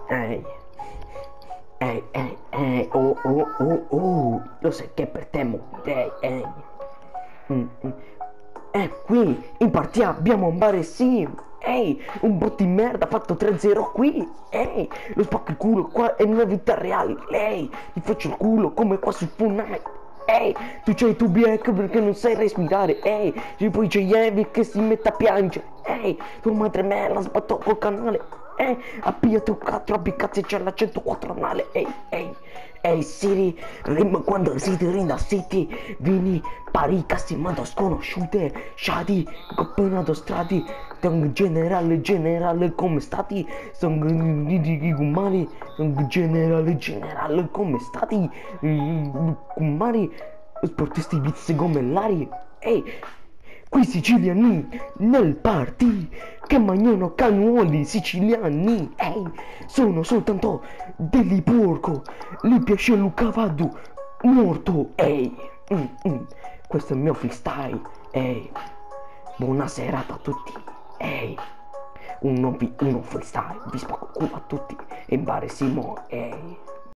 Ehi, oh, oh, oh, oh, lo sai che per te morirei, mm, mm. Qui in partita abbiamo un bare sim. Ehi, un bot di merda fatto 3-0 qui. Ehi, lo spacco il culo qua è una vita reale. Ehi, ti faccio il culo come qua su Fortnite. Ehi, tu c'hai i tubi ecco perché non sai respirare. Ehi, e poi c'è Yevi che si mette a piangere. Ehi, tua madre me la sbatto col canale. Appigliati un cazzo, abbiccazzi c'è la 104 anale. Ehi Siri, quando siete in da City, vieni pari castimando sconosciute, Shadi, coppinato strati, generale come stati, sono umani, generale come stati, umani, sportisti vizi gomellari, qui siciliani nel party che mangiano cannoli siciliani, sono soltanto degli porco, gli piace il cavallo morto, questo è il mio freestyle, buona serata a tutti, uno freestyle, vi spacco il culo a tutti, e imbaresimo,